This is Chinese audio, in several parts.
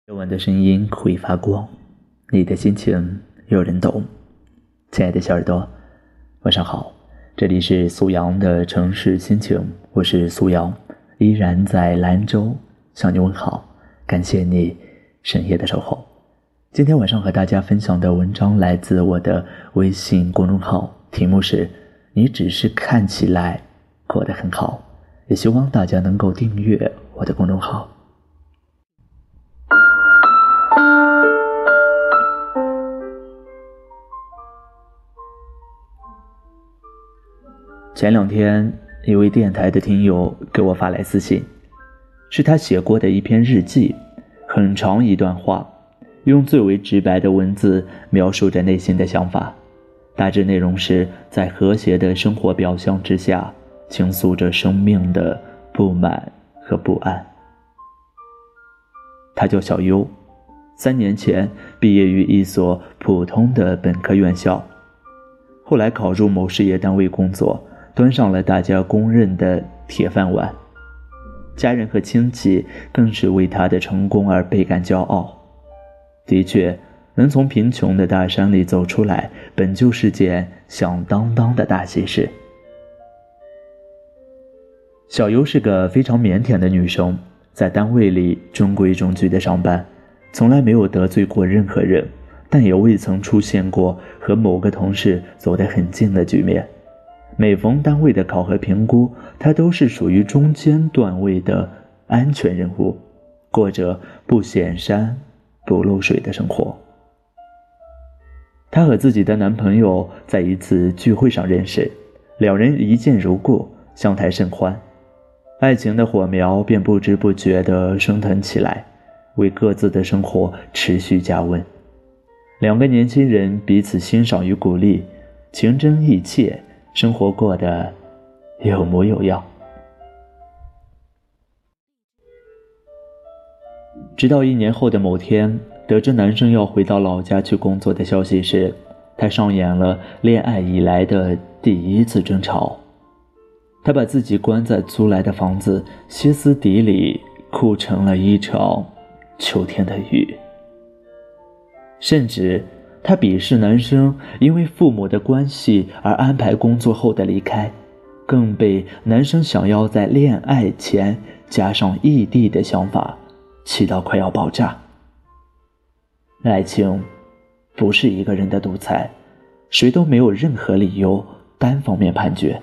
夜晚的声音会发光，你的心情有人懂。亲爱的小耳朵，晚上好，这里是苏阳的城市心情，我是苏阳，依然在兰州向你问好，感谢你深夜的守候。今天晚上和大家分享的文章来自我的微信公众号，题目是你只是看起来过得很好，也希望大家能够订阅我的公众号。前两天一位电台的听友给我发来私信，是他写过的一篇日记，很长一段话，用最为直白的文字描述着内心的想法，大致内容是在和谐的生活表象之下，倾诉着生命的不满和不安。他叫小优，3年前毕业于一所普通的本科院校，后来考入某事业单位工作，端上了大家公认的铁饭碗，家人和亲戚更是为他的成功而倍感骄傲。的确，能从贫穷的大山里走出来，本就是件响当当的大喜事。小优是个非常腼腆的女生，在单位里中规中矩的上班，从来没有得罪过任何人，但也未曾出现过和某个同事走得很近的局面。每逢单位的考核评估，他都是属于中间段位的安全人物，过着不显山不漏水的生活。她和自己的男朋友在一次聚会上认识，两人一见如故，相谈甚欢，爱情的火苗便不知不觉地升腾起来，为各自的生活持续加温。两个年轻人彼此欣赏与鼓励，情真意切，生活过得有模有样。直到1年后的某天，得知男生要回到老家去工作的消息时，他上演了恋爱以来的第一次争吵。他把自己关在租来的房子，歇斯底里哭成了一场秋天的雨。甚至他鄙视男生因为父母的关系而安排工作后的离开，更被男生想要在恋爱前加上异地的想法气到快要爆炸。爱情不是一个人的独裁，谁都没有任何理由单方面判决。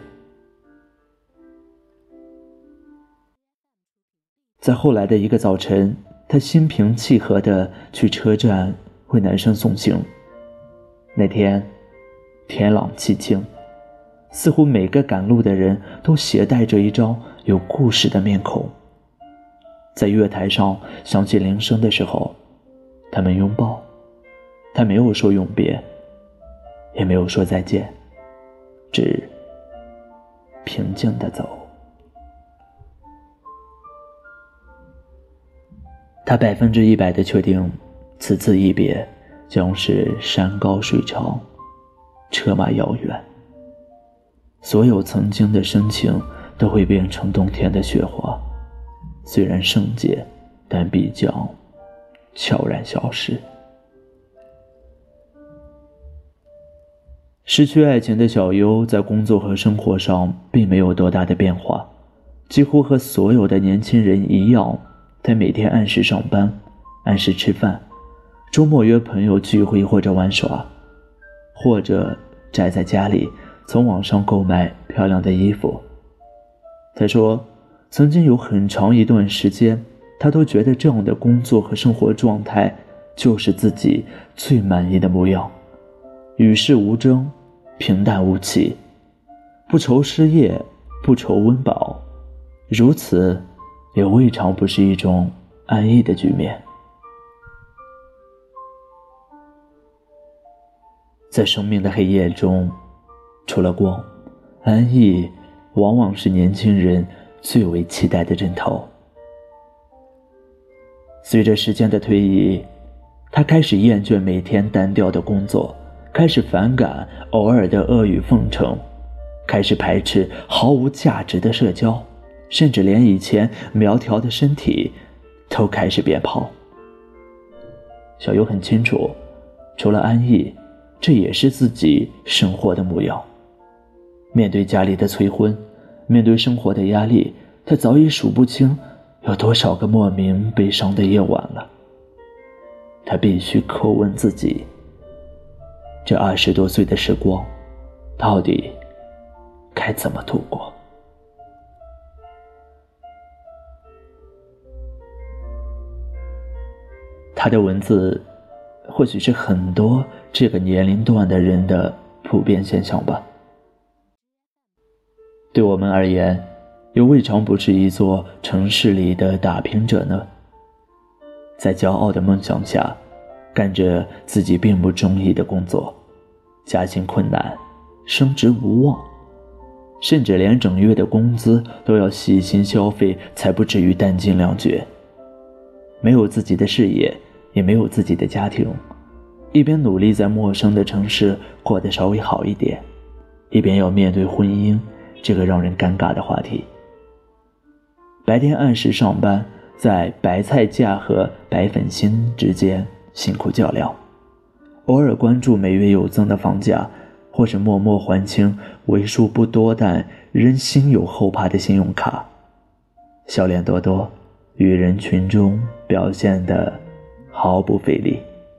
在后来的一个早晨，他心平气和地去车站为男生送行。那天天朗气清，似乎每个赶路的人都携带着一张有故事的面孔。在月台上响起铃声的时候，他们拥抱，他没有说永别，也没有说再见，只平静地走。他100%地确定，此次一别将是山高水长，车马遥远，所有曾经的深情都会变成冬天的雪花，虽然圣洁，但必将悄然消失。失去爱情的小优在工作和生活上并没有多大的变化，几乎和所有的年轻人一样，他每天按时上班，按时吃饭，周末约朋友聚会或者玩耍，或者宅在家里从网上购买漂亮的衣服。他说，曾经有很长一段时间，他都觉得这样的工作和生活状态就是自己最满意的模样，与世无争，平淡无奇，不愁失业，不愁温饱，如此也未尝不是一种安逸的局面。在生命的黑夜中，除了光，安逸往往是年轻人最为期待的征途。随着时间的推移，他开始厌倦每天单调的工作，开始反感偶尔的阿谀奉承，开始排斥毫无价值的社交，甚至连以前苗条的身体都开始变胖。 小优很清楚，除了安逸，这也是自己生活的模样。面对家里的催婚，面对生活的压力，他早已数不清有多少个莫名悲伤的夜晚了。他必须叩问自己，这20多岁的时光到底该怎么度过。他的文字或许是很多这个年龄段的人的普遍现象吧。对我们而言，又未尝不是一座城市里的打拼者呢？在骄傲的梦想下，干着自己并不中意的工作，家境困难，升职无望，甚至连整月的工资都要细心消费，才不至于弹尽粮绝。没有自己的事业，也没有自己的家庭，一边努力在陌生的城市过得稍微好一点，一边要面对婚姻这个让人尴尬的话题。白天按时上班，在白菜价和白粉薪之间辛苦较量，偶尔关注每月有增的房价，或是默默还清为数不多但仍心有后怕的信用卡，笑脸多多，与人群中表现得毫不费力。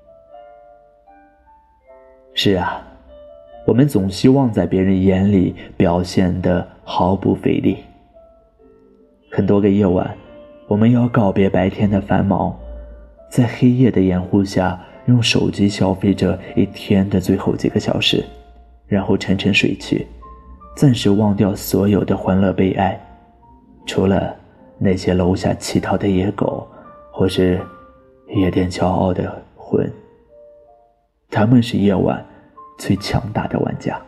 是啊，我们总希望在别人眼里表现得毫不费力。很多个夜晚，我们要告别白天的繁忙，在黑夜的掩护下，用手机消费着一天的最后几个小时，然后沉沉睡去，暂时忘掉所有的欢乐悲哀，除了那些楼下乞讨的野狗，或是夜店骄傲的魂。他们是夜晚最强大的玩家。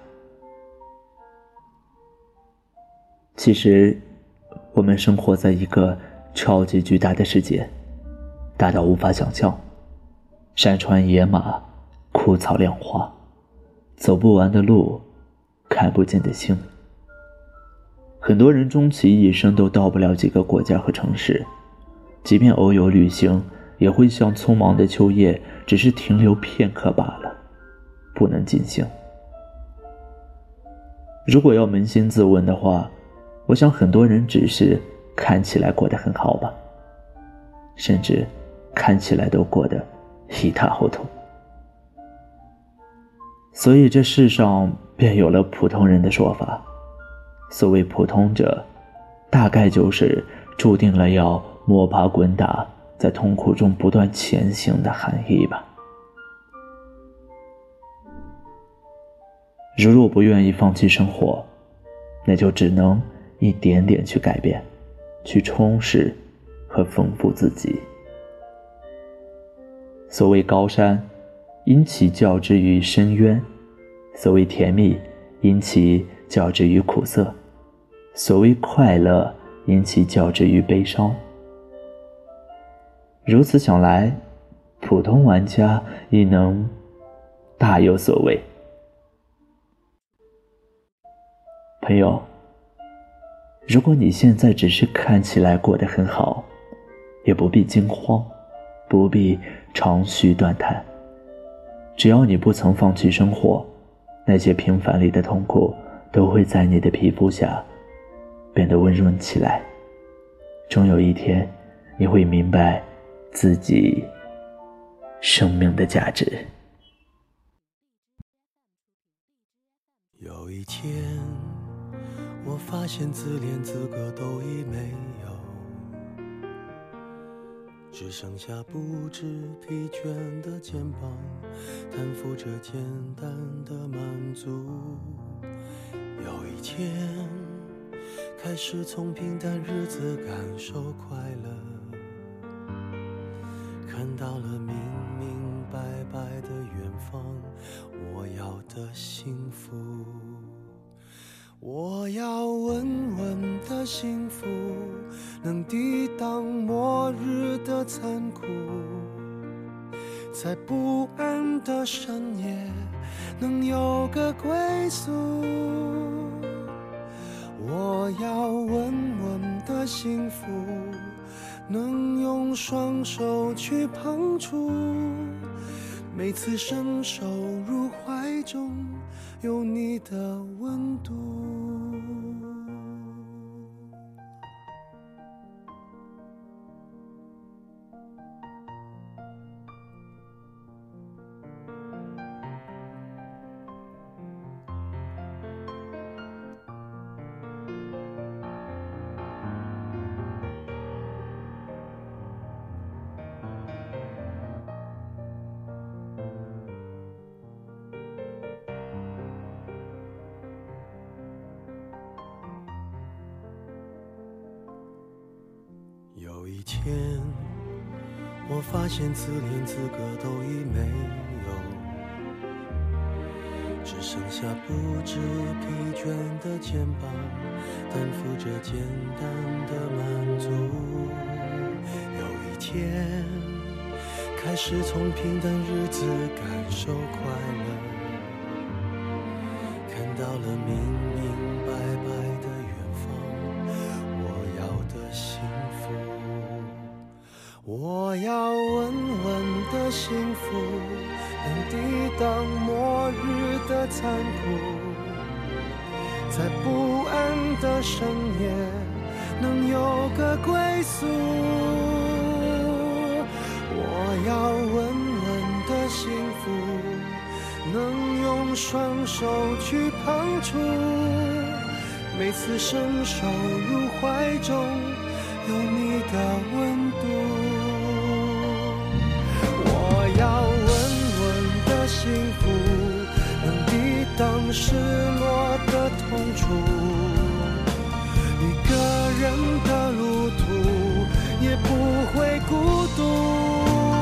其实我们生活在一个超级巨大的世界，大到无法想象，山川野马，枯草亮花，走不完的路，看不见的星。很多人终其一生都到不了几个国家和城市，即便偶有旅行，也会像匆忙的秋叶，只是停留片刻罢了，不能尽兴。如果要扪心自问的话，我想很多人只是看起来过得很好吧，甚至看起来都过得一塌糊涂。所以这世上便有了普通人的说法，所谓普通者，大概就是注定了要摸爬滚打，在痛苦中不断前行的含义吧。如若不愿意放弃生活，那就只能一点点去改变，去充实和丰富自己。所谓高山，因其较之于深渊；所谓甜蜜，因其较之于苦涩；所谓快乐，因其较之于悲伤。如此想来，普通玩家亦能大有所谓。朋友，如果你现在只是看起来过得很好，也不必惊慌，不必长吁短叹。只要你不曾放弃生活，那些平凡里的痛苦都会在你的皮肤下变得温润起来。终有一天，你会明白自己生命的价值。 有一天，我发现自怜资格都已没有，只剩下不知疲倦的肩膀，担负着简单的满足。有一天，开始从平淡日子感受快乐，看到了明明白白的远方，我要的幸福。我要稳稳的幸福，能抵挡末日的残酷，在不安的深夜能有个归宿。我要稳稳的幸福， 能用双手去碰触，每次伸手入怀中有你的温度。有一天，我发现自怜资格都已没有，只剩下不知疲倦的肩膀，担负着简单的满足。有一天，开始从平淡日子感受快乐，看到了明明白白的远方，我要的幸福。我要稳稳的幸福，能抵挡末日的残酷，在不安的深夜能有个归宿。我要稳稳的幸福，能用双手去碰触，每次伸手入怀中有你的温度。我要稳稳的幸福，能抵挡失落的痛楚，一个人的路途也不会孤独。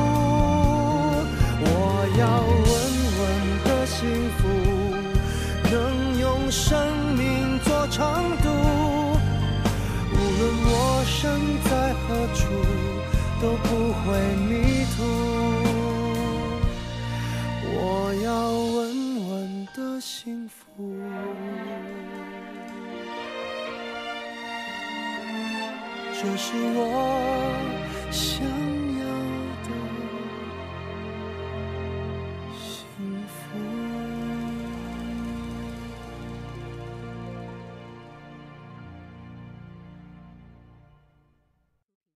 我要稳稳的幸福，能用生命做长度，无论我身在何处都不会迷途。我要稳稳的幸福。这是我想